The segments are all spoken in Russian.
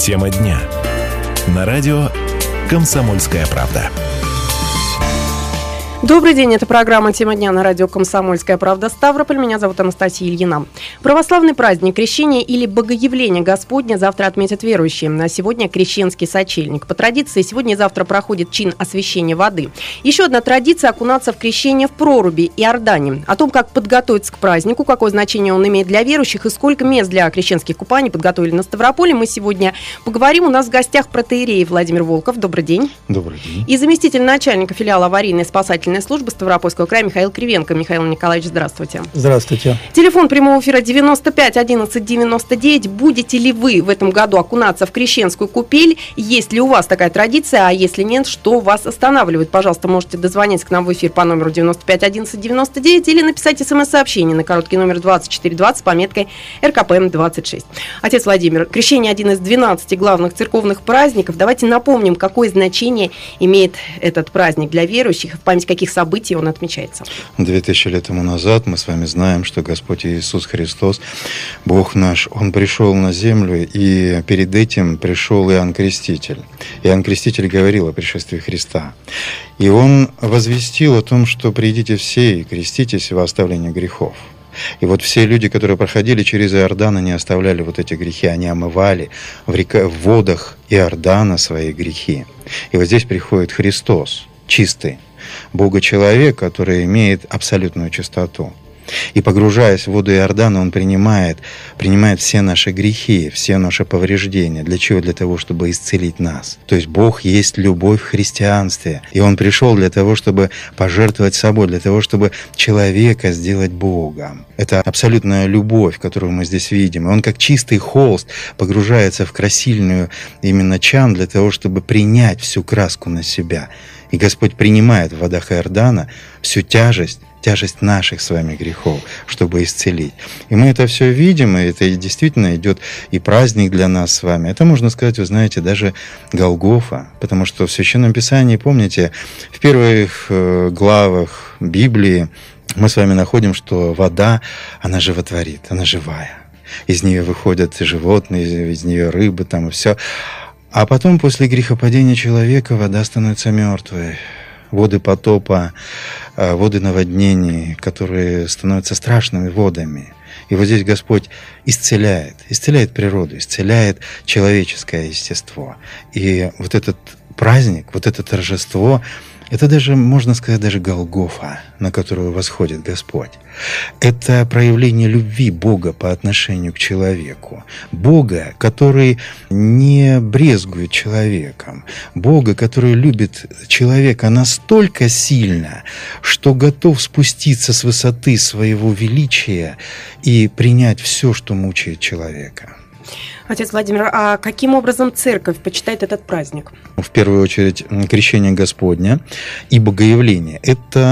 Тема дня. На радио «Комсомольская правда». Добрый день, это программа «Тема дня» на радио «Комсомольская правда» Ставрополь. Меня зовут Анастасия Ильина. Православный праздник Крещения или Богоявления Господня завтра отметят верующие. А сегодня Крещенский сочельник. По традиции сегодня и завтра проходит чин освящения воды. Еще одна традиция – окунаться в крещение в проруби Иордане. О том, как подготовиться к празднику, какое значение он имеет для верующих и сколько мест для крещенских купаний подготовили на Ставрополе, мы сегодня поговорим. У нас в гостях протоиерей Владимир Волков. Добрый день. Добрый день. И заместитель начальника филиала аварийной спасательной службы Ставропольского края Михаил Кривенко. Михаил Николаевич, здравствуйте. Здравствуйте. Телефон прямого эфира 95 11 99. Будете ли вы в этом году окунаться в крещенскую купель? Есть ли у вас такая традиция? А если нет, что вас останавливает? Пожалуйста, можете дозвониться к нам в эфир по номеру 95 11 99 или написать смс-сообщение на короткий номер 2420 с пометкой РКП-26. Отец Владимир, крещение – один из 12 главных церковных праздников. Давайте напомним, какое значение имеет этот праздник для верующих, в память каких событий он отмечается. 2000 лет тому назад мы с вами знаем, что Господь Иисус Христос, Бог наш, Он пришел на землю, и перед этим пришел Иоанн Креститель. Иоанн Креститель говорил о пришествии Христа. И Он возвестил о том, что «придите все и креститесь во оставление грехов». И вот все люди, которые проходили через Иордан, они оставляли вот эти грехи, они омывали в водах Иордана свои грехи. И вот здесь приходит Христос, чистый, Бога-человек, который имеет абсолютную чистоту. И погружаясь в воду Иордана, Он принимает все наши грехи, все наши повреждения. Для чего? Для того, чтобы исцелить нас. То есть Бог есть любовь в христианстве. И Он пришел для того, чтобы пожертвовать собой, для того, чтобы человека сделать Богом. Это абсолютная любовь, которую мы здесь видим. И Он как чистый холст погружается в красильную именно чан для того, чтобы принять всю краску на себя. И Господь принимает в водах Иордана всю тяжесть наших с вами грехов, чтобы исцелить. И мы это все видим, и это действительно идет и праздник для нас с вами. Это, можно сказать, вы знаете, даже Голгофа, потому что в Священном Писании, помните, в первых главах Библии мы с вами находим, что вода, она животворит, она живая. Из нее выходят животные, из нее рыбы, там и все. А потом, после грехопадения человека, вода становится мертвой. Воды потопа, воды наводнений, которые становятся страшными водами. И вот здесь Господь исцеляет природу, исцеляет человеческое естество. И вот этот праздник, вот это торжество, это даже, можно сказать, даже Голгофа, на которую восходит Господь. Это проявление любви Бога по отношению к человеку. Бога, который не брезгует человеком. Бога, который любит человека настолько сильно, что готов спуститься с высоты своего величия и принять все, что мучает человека. Отец Владимир, а каким образом церковь почитает этот праздник? В первую очередь, крещение Господня и Богоявление.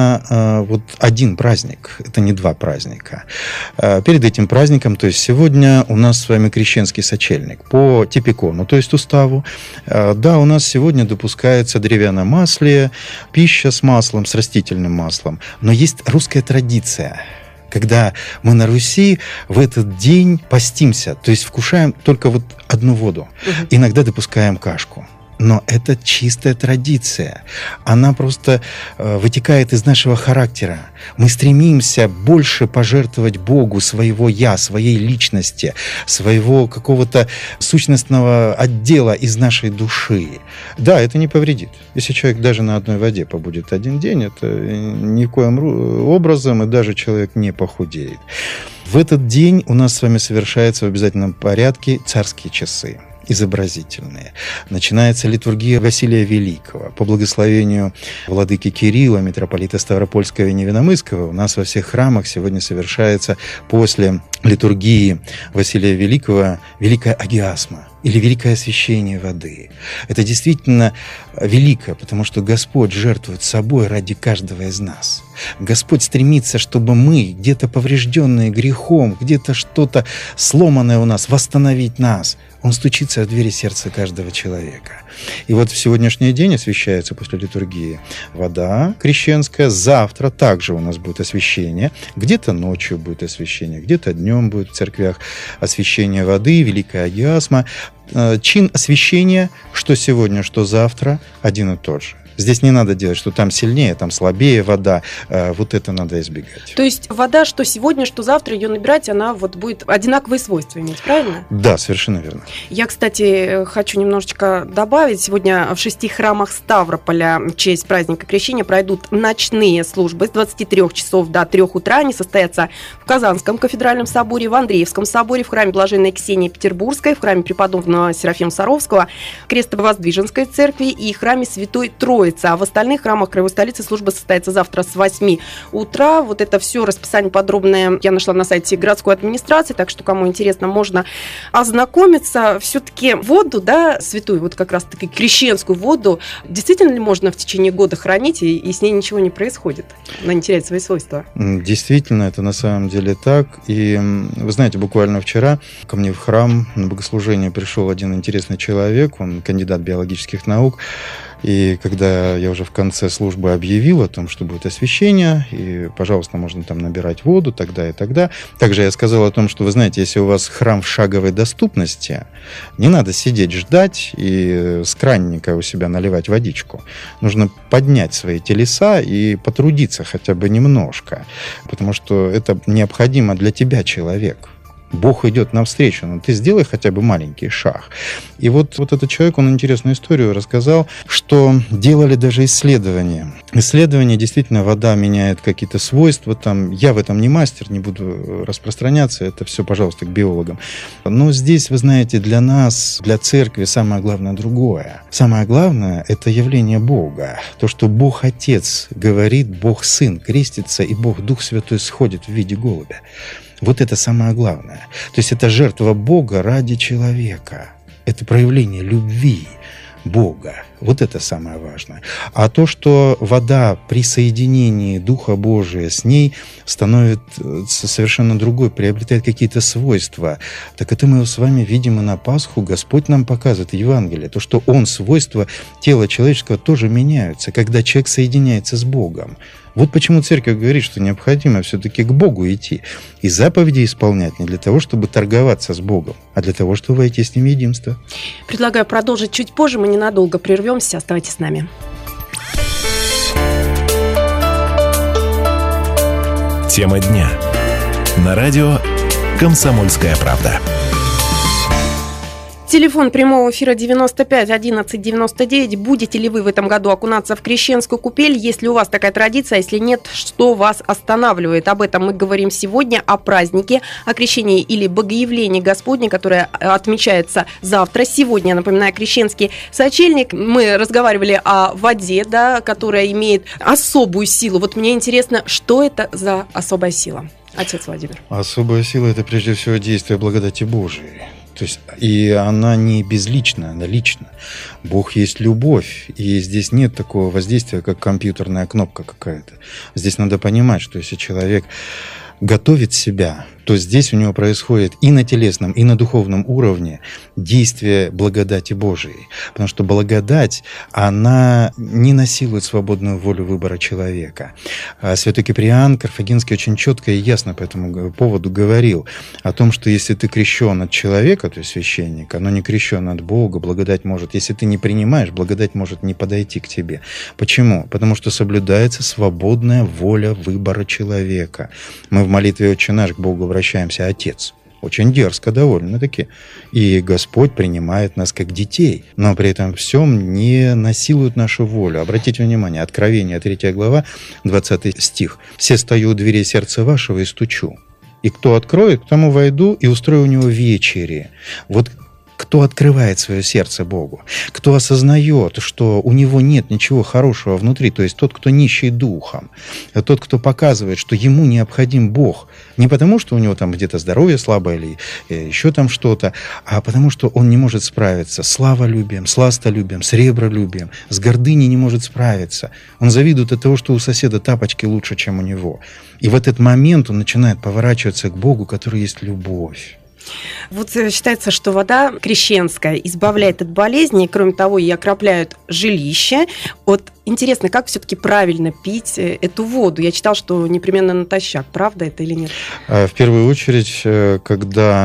Это вот один праздник, это не два праздника. Перед этим праздником, то есть сегодня у нас с вами крещенский сочельник по типикону, то есть уставу. Да, у нас сегодня допускается древяно-маслие, пища с маслом, с растительным маслом. Но есть русская традиция, когда мы на Руси в этот день постимся, то есть вкушаем только вот одну воду, иногда допускаем кашку. Но это чистая традиция. Она просто вытекает из нашего характера. Мы стремимся больше пожертвовать Богу своего «я», своей личности, своего какого-то сущностного отдела из нашей души. Да, это не повредит. Если человек даже на одной воде побудет один день, это никоим образом, и даже человек не похудеет. В этот день у нас с вами совершается в обязательном порядке царские часы. Изобразительные. Начинается литургия Василия Великого. По благословению владыки Кирилла, митрополита Ставропольского и Невиномысского, у нас во всех храмах сегодня совершается после литургии Василия Великого Великая Агиасма или Великое освящение воды. Это действительно великое, потому что Господь жертвует собой ради каждого из нас. Господь стремится, чтобы мы, где-то поврежденные грехом, где-то что-то сломанное у нас, восстановить нас. Он стучится в двери сердца каждого человека. И вот в сегодняшний день освящается после литургии вода крещенская. Завтра также у нас будет освящение. Где-то ночью будет освящение, где-то днем будет в церквях освящение воды, Великая Агиасма. чин освящения, что сегодня, что завтра, один и тот же. Здесь не надо делать, что там сильнее, там слабее вода. Вот это надо избегать. То есть вода, что сегодня, что завтра, ее набирать, она вот будет одинаковые свойства иметь, правильно? Да, совершенно верно. Я, кстати, хочу немножечко добавить. Сегодня в 6 храмах Ставрополя в честь праздника Крещения пройдут ночные службы с 23 часов до 3 утра. Они состоятся в Казанском кафедральном соборе, в Андреевском соборе, в храме Блаженной Ксении Петербургской, в храме преподобного Серафима Саровского, Крестовоздвиженской церкви и храме Святой Троицы. А в остальных храмах краевой столицы служба состоится завтра с 8 утра. Вот это все расписание подробное я нашла на сайте городской администрации, так что, кому интересно, можно ознакомиться. Все-таки воду, да, святую, вот как раз-таки крещенскую воду, действительно ли можно в течение года хранить, и с ней ничего не происходит? Она не теряет свои свойства? Действительно, это на самом деле так. И вы знаете, буквально вчера ко мне в храм на богослужение пришел один интересный человек, он кандидат биологических наук. И когда я уже в конце службы объявил о том, что будет освящение, и, пожалуйста, можно там набирать воду, тогда и тогда. Также я сказал о том, что, вы знаете, если у вас храм в шаговой доступности, не надо сидеть, ждать и с кранника у себя наливать водичку. Нужно поднять свои телеса и потрудиться хотя бы немножко, потому что это необходимо для тебя, человек. Бог идет навстречу, но ты сделай хотя бы маленький шаг. И вот этот человек, он интересную историю рассказал, что делали даже исследования. Исследования, действительно, вода меняет какие-то свойства. Там, я в этом не мастер, не буду распространяться, это все, пожалуйста, к биологам. Но здесь, вы знаете, для нас, для церкви самое главное другое. Самое главное – это явление Бога. То, что Бог Отец говорит, Бог Сын крестится, и Бог Дух Святой сходит в виде голубя. Вот это самое главное. То есть это жертва Бога ради человека. Это проявление любви Бога. Вот это самое важное. А то, что вода при соединении Духа Божия с ней становится совершенно другой, приобретает какие-то свойства, так это мы с вами видим и на Пасху. Господь нам показывает Евангелие. То, что Он, свойства тела человеческого тоже меняются, когда человек соединяется с Богом. Вот почему церковь говорит, что необходимо все-таки к Богу идти и заповеди исполнять не для того, чтобы торговаться с Богом, а для того, чтобы войти с Ним в единство. Предлагаю продолжить чуть позже, мы ненадолго прервемся, оставайтесь с нами. Тема дня. На радио «Комсомольская правда». Телефон прямого эфира 95 11 99. Будете ли вы в этом году окунаться в крещенскую купель? Если у вас такая традиция, а если нет, что вас останавливает? Об этом мы говорим сегодня, о празднике, о крещении или богоявлении Господне, которое отмечается завтра. Сегодня, напоминаю, крещенский сочельник. Мы разговаривали о воде, да, которая имеет особую силу. Вот мне интересно, что это за особая сила, отец Владимир? Особая сила – это прежде всего действие благодати Божией. То есть, и она не безлична, она лична. Бог есть любовь, и здесь нет такого воздействия, как компьютерная кнопка какая-то. Здесь надо понимать, что если человек готовит себя, то здесь у него происходит и на телесном, и на духовном уровне действие благодати Божией. Потому что благодать, она не насилует свободную волю выбора человека. Святой Киприан Карфагенский очень четко и ясно по этому поводу говорил о том, что если ты крещен от человека, то есть священника, но не крещен от Бога, благодать может, если ты не принимаешь, благодать может не подойти к тебе. Почему? Потому что соблюдается свободная воля выбора человека. Мы в молитве «Отче наш» к Богу обращаемся «Отец». Очень дерзко довольно-таки. И Господь принимает нас как детей, но при этом всем не насилует нашу волю. Обратите внимание, Откровение, 3 глава, 20 стих. «Все стою у дверей сердца вашего и стучу. И кто откроет, к тому войду и устрою у него вечери». Вот кто открывает свое сердце Богу, кто осознает, что у него нет ничего хорошего внутри, то есть тот, кто нищий духом, тот, кто показывает, что ему необходим Бог, не потому, что у него там где-то здоровье слабое или еще там что-то, а потому, что он не может справиться с славолюбием, сластолюбием, с ребролюбием, с гордыней не может справиться. Он завидует от того, что у соседа тапочки лучше, чем у него. И в этот момент он начинает поворачиваться к Богу, который есть любовь. Вот считается, что вода крещенская избавляет от болезней, кроме того, и окропляют жилище. Вот интересно, как все-таки правильно пить эту воду? Я читал, что непременно натощак. Правда это или нет? В первую очередь, когда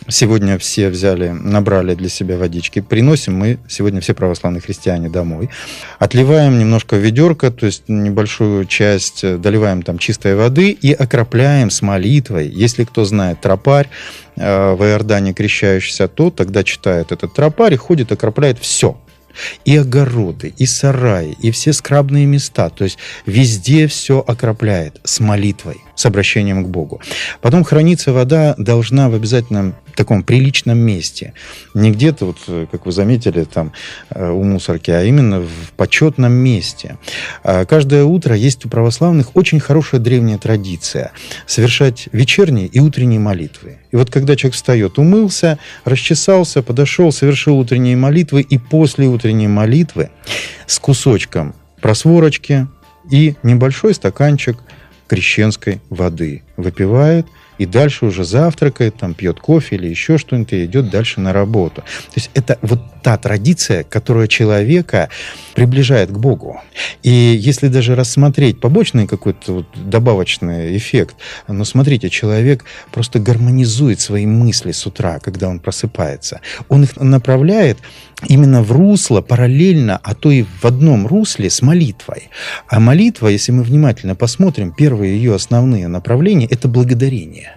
Сегодня все набрали для себя водички. Приносим мы сегодня все православные христиане домой. Отливаем немножко в ведерко, то есть небольшую часть, доливаем там чистой воды и окропляем с молитвой. Если кто знает тропарь в Иордане крещающийся, то тогда читает этот тропарь и ходит, окропляет все. И огороды, и сараи, и все скрабные места. То есть везде все окропляет с молитвой, с обращением к Богу. Потом храниться вода должна в обязательном таком приличном месте. Не где-то, вот, как вы заметили, там у мусорки, а именно в почетном месте. Каждое утро есть у православных очень хорошая древняя традиция совершать вечерние и утренние молитвы. И вот когда человек встает, умылся, расчесался, подошел, совершил утренние молитвы, и после утренней молитвы с кусочком просворочки и небольшой стаканчик крещенской воды выпивает, и дальше уже завтракает, там, пьет кофе или еще что-нибудь, и идет дальше на работу. То есть это вот та традиция, которая человека приближает к Богу. И если даже рассмотреть побочный какой-то вот добавочный эффект, но смотрите, человек просто гармонизует свои мысли с утра, когда он просыпается. Он их направляет именно в русло параллельно, а то и в одном русле с молитвой. А молитва, если мы внимательно посмотрим, первые ее основные направления – это благодарение.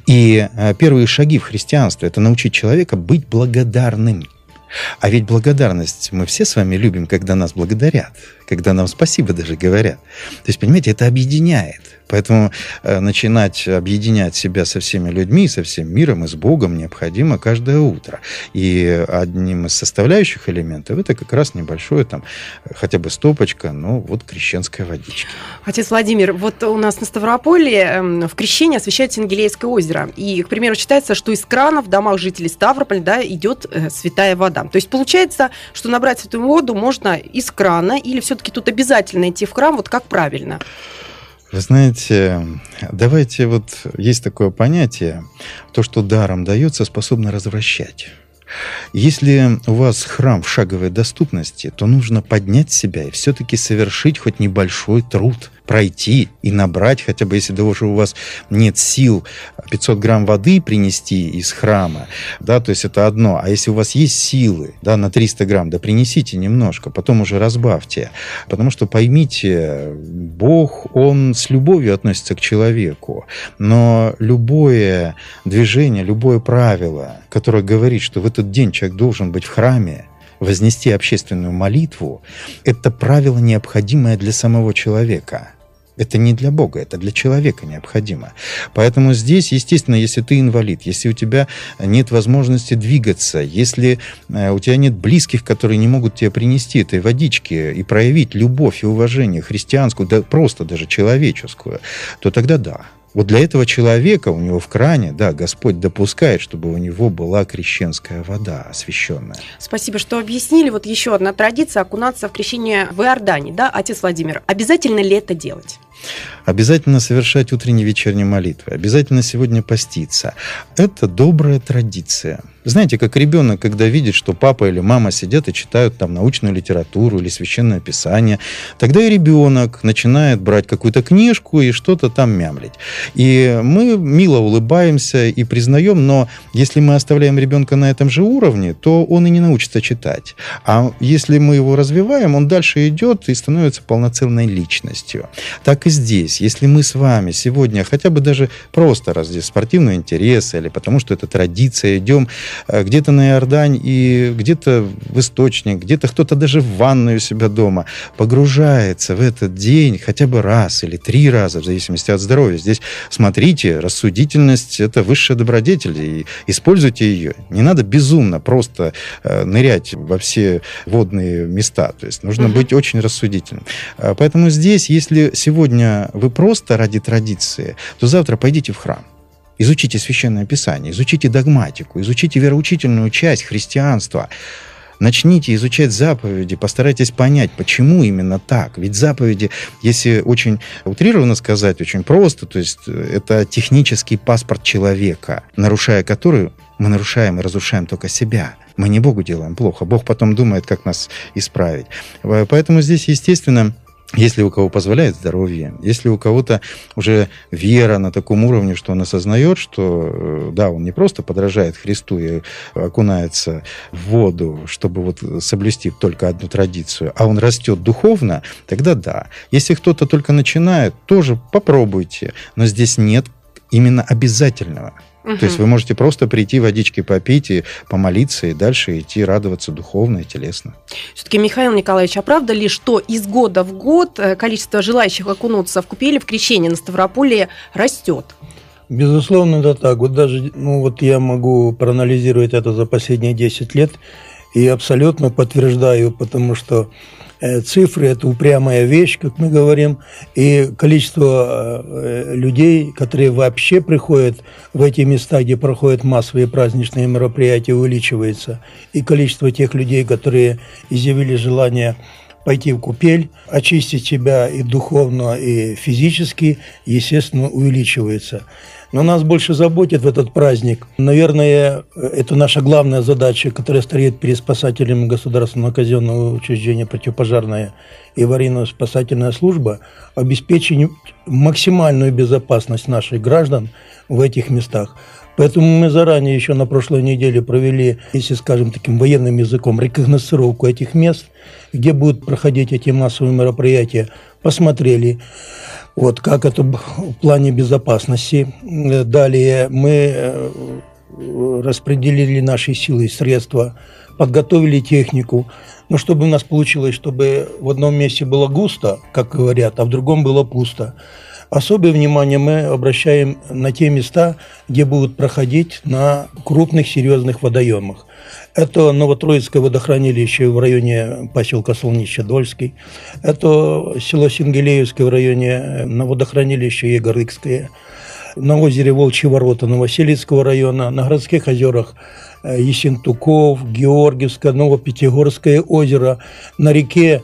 И первые шаги в христианстве – это научить человека быть благодарным. А ведь благодарность мы все с вами любим, когда нас благодарят, когда нам спасибо даже говорят. То есть, понимаете, это объединяет. Поэтому начинать объединять себя со всеми людьми, со всем миром и с Богом необходимо каждое утро. И одним из составляющих элементов это как раз небольшое, там, хотя бы стопочка, но вот крещенской водички. Отец Владимир, вот у нас на Ставрополе в крещении освящается Ингелейское озеро. И, к примеру, считается, что из крана в домах жителей Ставрополя, да, идет святая вода. То есть получается, что набрать святую воду можно из крана, или все-таки тут обязательно идти в храм, вот как правильно? Вы знаете, давайте вот есть такое понятие, то, что даром дается, способно развращать. Если у вас храм в шаговой доступности, то нужно поднять себя и все-таки совершить хоть небольшой труд, пройти и набрать, хотя бы если даже у вас нет сил 500 грамм воды принести из храма, да, то есть это одно. А если у вас есть силы, да, на 300 грамм, да принесите немножко, потом уже разбавьте. Потому что поймите, Бог, Он с любовью относится к человеку, но любое движение, любое правило, которое говорит, что в этот день человек должен быть в храме, вознести общественную молитву, это правило необходимое для самого человека. Это не для Бога, это для человека необходимо. Поэтому здесь, естественно, если ты инвалид, если у тебя нет возможности двигаться, если у тебя нет близких, которые не могут тебе принести этой водички и проявить любовь и уважение христианскую, да просто даже человеческую, то тогда да. Вот для этого человека, у него в кране, да, Господь допускает, чтобы у него была крещенская вода освященная. Спасибо, что объяснили. Вот еще одна традиция – окунаться в крещение в Иордане. Да, отец Владимир, обязательно ли это делать? Обязательно совершать утренние и вечерние молитвы. Обязательно сегодня поститься. Это добрая традиция. Знаете, как ребенок, когда видит, что папа или мама сидят и читают там научную литературу или священное писание, тогда и ребенок начинает брать какую-то книжку и что-то там мямлить. И мы мило улыбаемся и признаем, но если мы оставляем ребенка на этом же уровне, то он и не научится читать. А если мы его развиваем, он дальше идет и становится полноценной личностью. Так и здесь. Если мы с вами сегодня хотя бы даже просто ради спортивного интереса или потому что это традиция, идем где-то на Иордань и где-то в источник, где-то кто-то даже в ванную у себя дома погружается в этот день хотя бы раз или 3 раза, в зависимости от здоровья. Здесь, смотрите, рассудительность – это высшая добродетель, и используйте ее. Не надо безумно просто нырять во все водные места. То есть нужно быть очень рассудительным. Поэтому здесь, если сегодня вы просто ради традиции, то завтра пойдите в храм. Изучите Священное Писание, изучите догматику, изучите вероучительную часть христианства. Начните изучать заповеди, постарайтесь понять, почему именно так. Ведь заповеди, если очень утрированно сказать, очень просто, то есть это технический паспорт человека, нарушая который мы нарушаем и разрушаем только себя. Мы не Богу делаем плохо, Бог потом думает, как нас исправить. Поэтому здесь, естественно, Если у кого позволяет здоровье, если у кого-то уже вера на таком уровне, что он осознает, что да, он не просто подражает Христу и окунается в воду, чтобы вот соблюсти только одну традицию, а он растет духовно, тогда да. Если кто-то только начинает, тоже попробуйте, но здесь нет именно обязательного. То есть вы можете просто прийти, водички попить и помолиться, и дальше идти радоваться духовно и телесно. Все-таки, Михаил Николаевич, а правда ли, что из года в год количество желающих окунуться в купели в Крещении на Ставрополье растет? Безусловно, это так. Вот даже, я могу проанализировать это за последние 10 лет и абсолютно подтверждаю, потому что цифры – это упрямая вещь, как мы говорим, и количество людей, которые вообще приходят в эти места, где проходят массовые праздничные мероприятия, увеличивается. И количество тех людей, которые изъявили желание пойти в купель, очистить себя и духовно, и физически, естественно, увеличивается. Но нас больше заботит в этот праздник. Наверное, это наша главная задача, которая стоит перед спасателями Государственного казенного учреждения «Противопожарная и аварийно-спасательная служба» – обеспечить максимальную безопасность наших граждан в этих местах. Поэтому мы заранее еще на прошлой неделе провели, если скажем таким военным языком, рекогносцировку этих мест, где будут проходить эти массовые мероприятия, посмотрели, как это в плане безопасности. Далее мы распределили наши силы и средства, подготовили технику, но чтобы у нас получилось, чтобы в одном месте было густо, как говорят, а в другом было пусто. Особое внимание мы обращаем на те места, где будут проходить на крупных серьезных водоемах. Это Новотроицкое водохранилище в районе поселка Солнечнодольский. Это село Сингелеевское в районе на водохранилище Егорыкское. На озере Волчьи ворота Новоселицкого района. На городских озерах Ессентуков, Георгиевское, Новопятигорское озеро. На реке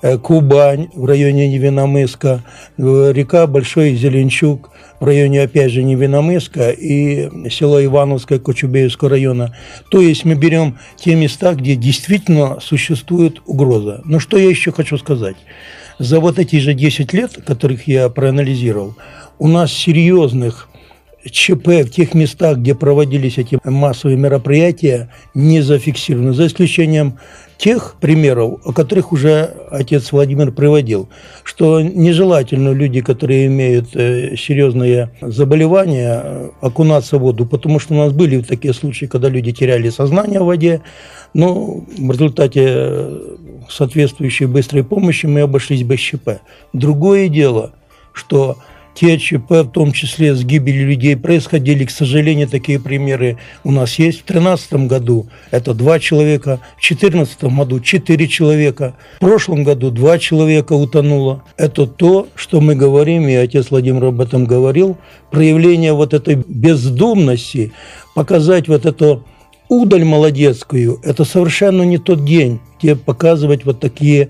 Кубань в районе Невиномысска, река Большой Зеленчук в районе, опять же, Невиномысска и село Ивановское Кочубеевского района. То есть мы берем те места, где действительно существует угроза. Но что я еще хочу сказать? За вот эти же 10 лет, которых я проанализировал, у нас серьезных ЧП в тех местах, где проводились эти массовые мероприятия, не зафиксировано, за исключением тех примеров, о которых уже отец Владимир приводил, что нежелательно люди, которые имеют серьезные заболевания, окунаться в воду, потому что у нас были такие случаи, когда люди теряли сознание в воде, но в результате соответствующей быстрой помощи мы обошлись без ЧП. Другое дело, что те ЧП, в том числе с гибелью людей, происходили, к сожалению, такие примеры у нас есть. В 2013 году это 2 человека, в 2014 году 4 человека, в прошлом году 2 человека утонуло. Это то, что мы говорим, и отец Владимир об этом говорил, проявление вот этой бездумности, показать вот эту удаль молодецкую, это совершенно не тот день, где показывать вот такие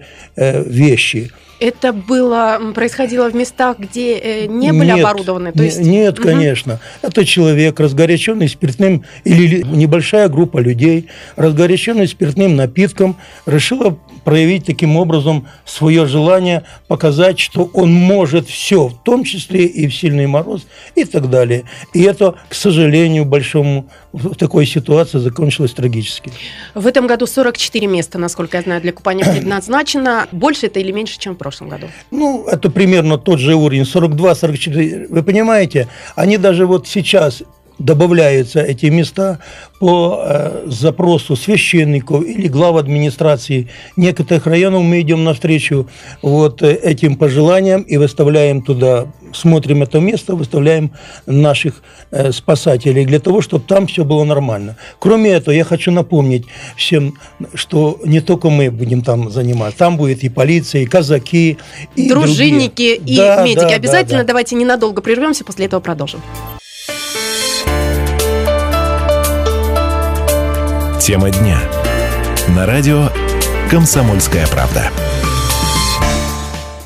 вещи. Это происходило в местах, где не были оборудованы? То есть... Нет, конечно. Это человек, разгоряченный спиртным, или небольшая группа людей, разгоряченный спиртным напитком, решила проявить таким образом свое желание показать, что он может все, в том числе и в сильный мороз и так далее. И это, к сожалению, большому в такой ситуации закончилось трагически. В этом году 44 места, насколько я знаю, для купания предназначено. Больше это или меньше, чем в прошлом году? Это примерно тот же уровень, 42-44. Вы понимаете, они даже вот сейчас добавляются эти места по запросу священников или глав администрации некоторых районов. Мы идем навстречу этим пожеланиям и выставляем туда, смотрим это место, выставляем наших спасателей для того, чтобы там все было нормально. Кроме этого, я хочу напомнить всем, что не только мы будем там заниматься, там будет и полиция, и казаки, и дружинники, другие. И медики. Обязательно давайте ненадолго прервемся, после этого продолжим. Тема дня. На радио «Комсомольская правда».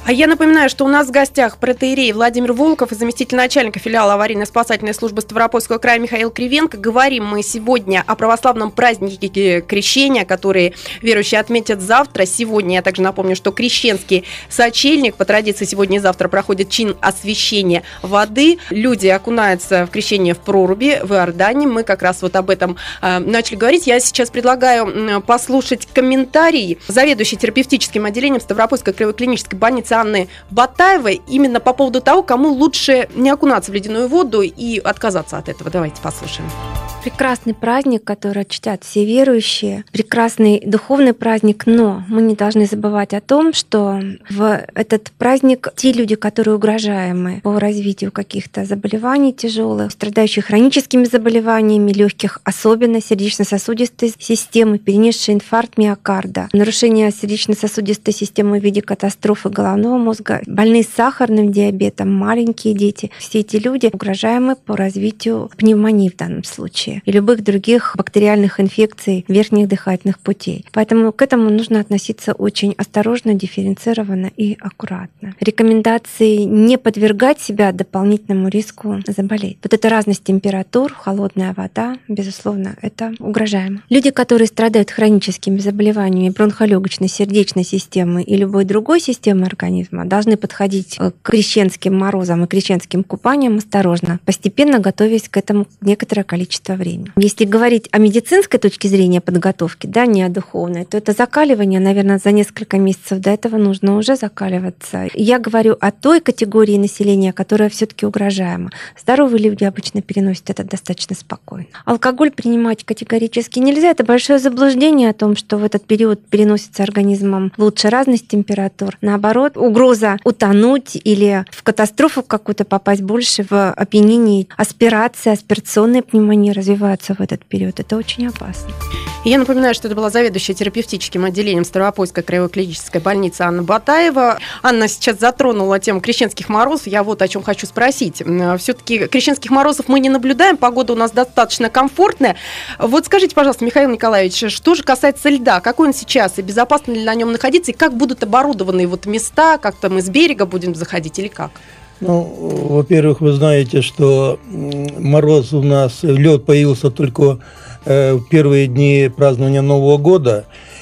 А я напоминаю, что у нас в гостях протоиерей Владимир Волков и заместитель начальника филиала аварийно-спасательной службы Ставропольского края Михаил Кривенко. Говорим мы сегодня о православном празднике Крещения, который верующие отметят завтра. Сегодня, я также напомню, что крещенский сочельник. По традиции сегодня и завтра проходит чин освящения воды. Люди окунаются в крещение в проруби в Иордании. Мы как раз вот об этом начали говорить. Я сейчас предлагаю послушать комментарий заведующей терапевтическим отделением Ставропольской краевой клинической больницы Анны Батаевой именно по поводу того, кому лучше не окунаться в ледяную воду и отказаться от этого. Давайте послушаем. Прекрасный праздник, который чтят все верующие, прекрасный духовный праздник, но мы не должны забывать о том, что в этот праздник те люди, которые угрожаемы по развитию каких-то заболеваний тяжелых, страдающих хроническими заболеваниями, легких, особенно сердечно-сосудистой системы, перенесшие инфаркт миокарда, нарушение сердечно-сосудистой системы в виде катастрофы головного мозга, больные с сахарным диабетом, маленькие дети, все эти люди угрожаемы по развитию пневмонии в данном случае и любых других бактериальных инфекций верхних дыхательных путей. Поэтому к этому нужно относиться очень осторожно, дифференцированно и аккуратно. Рекомендации не подвергать себя дополнительному риску заболеть. Вот эта разность температур, холодная вода, безусловно, это угрожаемо. Люди, которые страдают хроническими заболеваниями бронхолегочной, сердечной системы и любой другой системы организма, должны подходить к крещенским морозам и крещенским купаниям осторожно, постепенно готовясь к этому некоторое количество времени. Если говорить о медицинской точке зрения подготовки, да, не о духовной, то это закаливание, наверное, за несколько месяцев до этого нужно уже закаливаться. Я говорю о той категории населения, которая все-таки угрожаема. Здоровые люди обычно переносят это достаточно спокойно. Алкоголь принимать категорически нельзя. Это большое заблуждение о том, что в этот период переносится организмом лучше разность температур. Наоборот, угроза утонуть или в катастрофу какую-то попасть больше в опьянении. Аспирация, аспирационная пневмония развиваться в этот период. Это очень опасно. Я напоминаю, что это была заведующая терапевтическим отделением Ставропольской краевой клинической больницы Анна Батаева. Анна сейчас затронула тему крещенских морозов. Я вот о чем хочу спросить. Все-таки крещенских морозов мы не наблюдаем, погода у нас достаточно комфортная. Вот скажите, пожалуйста, Михаил Николаевич, что же касается льда, какой он сейчас и безопасно ли на нем находиться, и как будут оборудованы вот места, как-то мы с берега будем заходить или как? Ну, во-первых, вы знаете, что мороз у нас, лед появился только в первые дни празднования Нового года,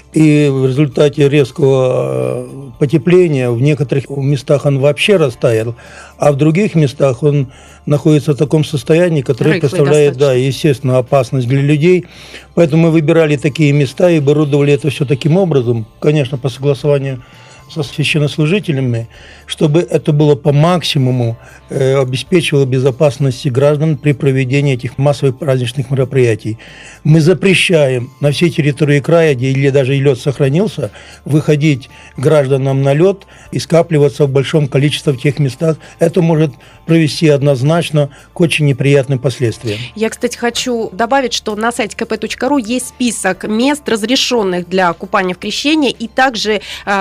и в результате резкого потепления в некоторых местах он вообще растаял, а в других местах он находится в таком состоянии, которое представляет, да, естественно, опасность для людей. Поэтому мы выбирали такие места и оборудовали это все таким образом, конечно, по согласованию со священнослужителями, чтобы это было по максимуму обеспечивало безопасность граждан при проведении этих массовых праздничных мероприятий. Мы запрещаем на всей территории края, где даже лед сохранился, выходить гражданам на лед и скапливаться в большом количестве в тех местах. Это может привести однозначно к очень неприятным последствиям. Я, кстати, хочу добавить, что на сайте kp.ru есть список мест, разрешенных для купания в крещении, и также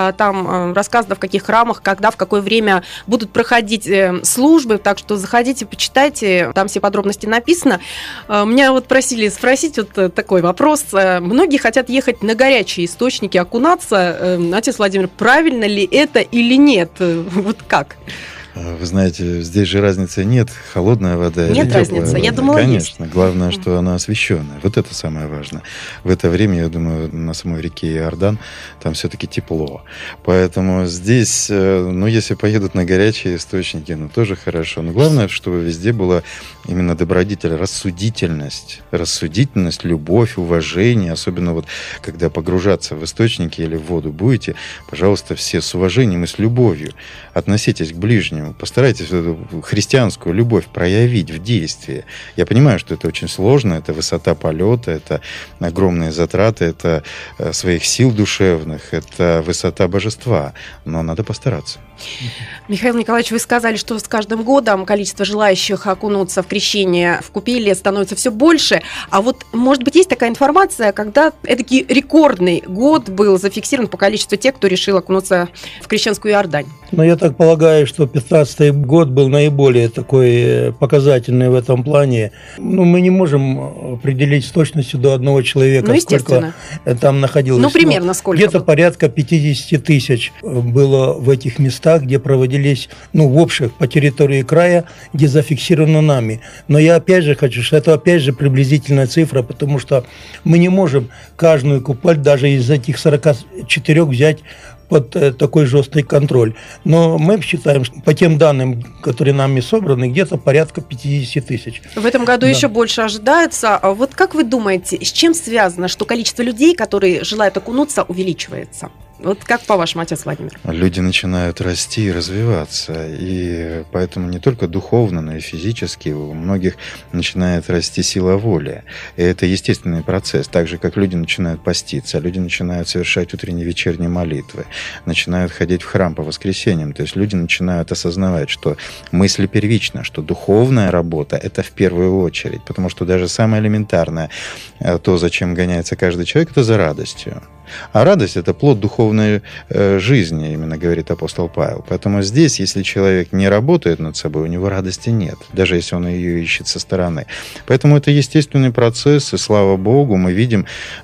там рассказано, в каких храмах, когда, в какое время будут проходить службы, так что заходите, почитайте, там все подробности написано. Меня вот просили спросить вот такой вопрос. Многие хотят ехать на горячие источники, окунаться. Отец Владимир, правильно ли это или нет? Вот как? Вы знаете, здесь же разницы нет, холодная вода или теплая вода. Нет разницы, я думала, конечно, есть. Главное, что она освещенная. Вот это самое важное. В это время, я думаю, на самой реке Иордан там все-таки тепло. Поэтому здесь, ну, если поедут на горячие источники, ну, тоже хорошо. Но главное, чтобы везде была именно добродетель, рассудительность, любовь, уважение. Особенно вот, когда погружаться в источники или в воду будете, пожалуйста, все с уважением и с любовью относитесь к ближнему. Постарайтесь эту христианскую любовь проявить в действии. Я понимаю, что это очень сложно, это высота полета, это огромные затраты, это своих сил душевных, это высота божества, но надо постараться. Михаил Николаевич, вы сказали, что с каждым годом количество желающих окунуться в крещение в купели становится все больше. А вот, может быть, есть такая информация, когда эдакий рекордный год был зафиксирован по количеству тех, кто решил окунуться в крещенскую Иордань? Но я так полагаю, что 2015 год был наиболее такой показательный в этом плане. Мы не можем определить с точностью до одного человека, сколько там находилось. Примерно сколько? Где-то порядка 50 тысяч было в этих местах, где проводились, в общих по территории края, где зафиксировано нами. Но я опять же хочу, что это опять же приблизительная цифра, потому что мы не можем каждую купель даже из этих 44 взять под такой жесткий контроль. Но мы считаем, что по тем данным, которые нами собраны, где-то порядка 50 тысяч. В этом году еще больше ожидается. Вот как вы думаете, с чем связано, что количество людей, которые желают окунуться, увеличивается? Вот как по-вашему, отец Владимир? Люди начинают расти и развиваться, и поэтому не только духовно, но и физически у многих начинает расти сила воли. И это естественный процесс, так же, как люди начинают поститься, люди начинают совершать утренние и вечерние молитвы, начинают ходить в храм по воскресеньям, то есть люди начинают осознавать, что мысль первична, что духовная работа – это в первую очередь, потому что даже самое элементарное, то, зачем гоняется каждый человек, это за радостью. А радость – это плод духовной жизни, именно говорит апостол Павел. Поэтому здесь, если человек не работает над собой, у него радости нет, даже если он ее ищет со стороны. Поэтому это естественный процесс, и слава Богу, мы видим,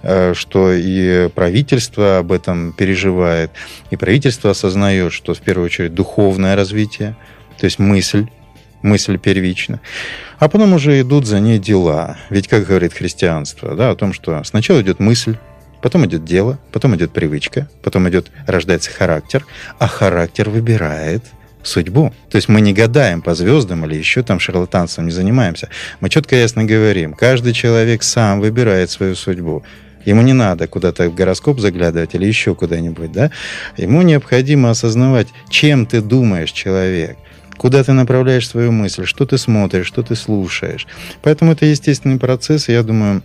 что и правительство об этом переживает, и правительство осознает, что в первую очередь духовное развитие, то есть мысль первична, а потом уже идут за ней дела. Ведь, как говорит христианство, о том, что сначала идет мысль, потом идет дело, потом идет привычка, потом рождается характер, а характер выбирает судьбу. То есть мы не гадаем по звездам или еще там шарлатанством не занимаемся. Мы четко и ясно говорим, каждый человек сам выбирает свою судьбу. Ему не надо куда-то в гороскоп заглядывать или еще куда-нибудь, Ему необходимо осознавать, чем ты думаешь, человек. Куда ты направляешь свою мысль, что ты смотришь, что ты слушаешь. Поэтому это естественный процесс, и я думаю,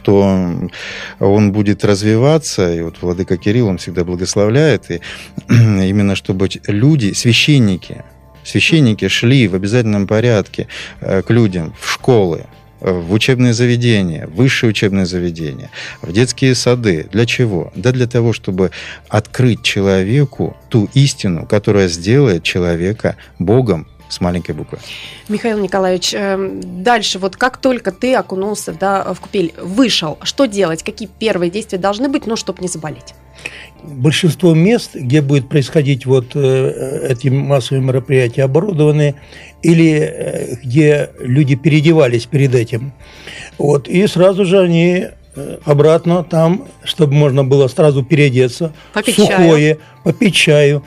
что он будет развиваться, и вот владыка Кирилл, он всегда благословляет, и именно чтобы люди, священники шли в обязательном порядке к людям в школы, в учебные заведения, в высшие учебные заведения, в детские сады. Для чего? Да для того, чтобы открыть человеку ту истину, которая сделает человека Богом с маленькой буквы. Михаил Николаевич, дальше, вот как только ты окунулся в купель, вышел, что делать? Какие первые действия должны быть, чтобы не заболеть? Большинство мест, где будет происходить эти массовые мероприятия, оборудованы или где люди переодевались перед этим. И сразу же они обратно там, чтобы можно было сразу переодеться, сухое, попить чаю,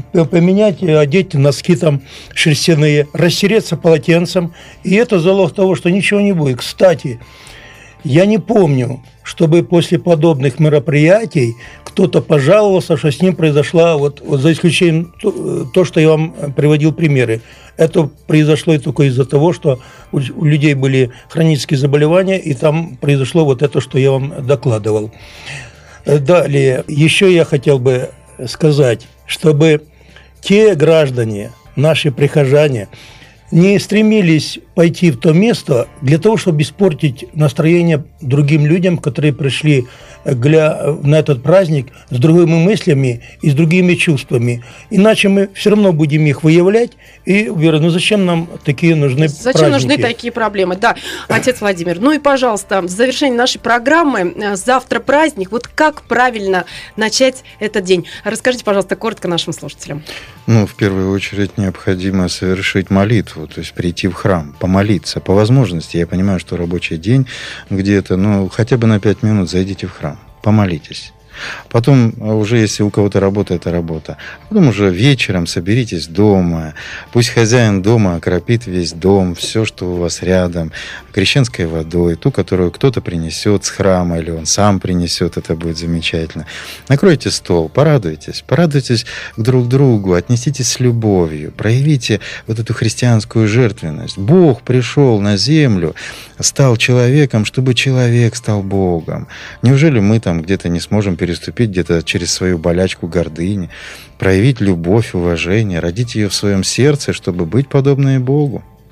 одеть носки там шерстяные, растереться полотенцем. И это залог того, что ничего не будет. Кстати, я не помню, чтобы после подобных мероприятий кто-то пожаловался, что с ним произошла, за исключением то, что я вам приводил примеры. Это произошло только из-за того, что у людей были хронические заболевания, и там произошло это, что я вам докладывал. Далее, еще я хотел бы сказать, чтобы те граждане, наши прихожане, не стремились пойти в то место для того, чтобы испортить настроение другим людям, которые пришли на этот праздник с другими мыслями и с другими чувствами. Иначе мы все равно будем их выявлять и уверены, зачем нам такие нужны праздники? Зачем нужны такие проблемы? Да, отец Владимир. И, пожалуйста, в завершении нашей программы, завтра праздник, как правильно начать этот день? Расскажите, пожалуйста, коротко нашим слушателям. В первую очередь необходимо совершить молитву, то есть прийти в храм, помолиться. По возможности, я понимаю, что рабочий день где-то, хотя бы на 5 минут зайдите в храм, помолитесь. Потом уже, если у кого-то работа, это работа. Потом уже вечером соберитесь дома. Пусть хозяин дома окропит весь дом, все, что у вас рядом, крещенской водой, ту, которую кто-то принесет с храма, или он сам принесет, это будет замечательно. Накройте стол, порадуйтесь друг к другу, отнеситесь с любовью, проявите эту христианскую жертвенность. Бог пришел на землю, стал человеком, чтобы человек стал Богом. Неужели мы там где-то не сможем переступить где-то через свою болячку гордыни, проявить любовь, уважение, родить ее в своем сердце, чтобы быть подобной Богу?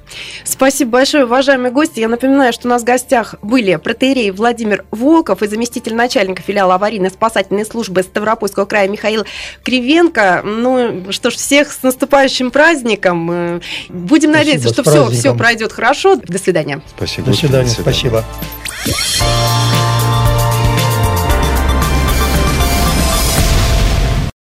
Спасибо большое, уважаемые гости. Я напоминаю, что у нас в гостях были протоиерей Владимир Волков и заместитель начальника филиала аварийно-спасательной службы Ставропольского края Михаил Кривенко. Ну что ж, всех с наступающим праздником. Будем надеяться, что все пройдет хорошо. До свидания. Спасибо. До свидания. Спасибо.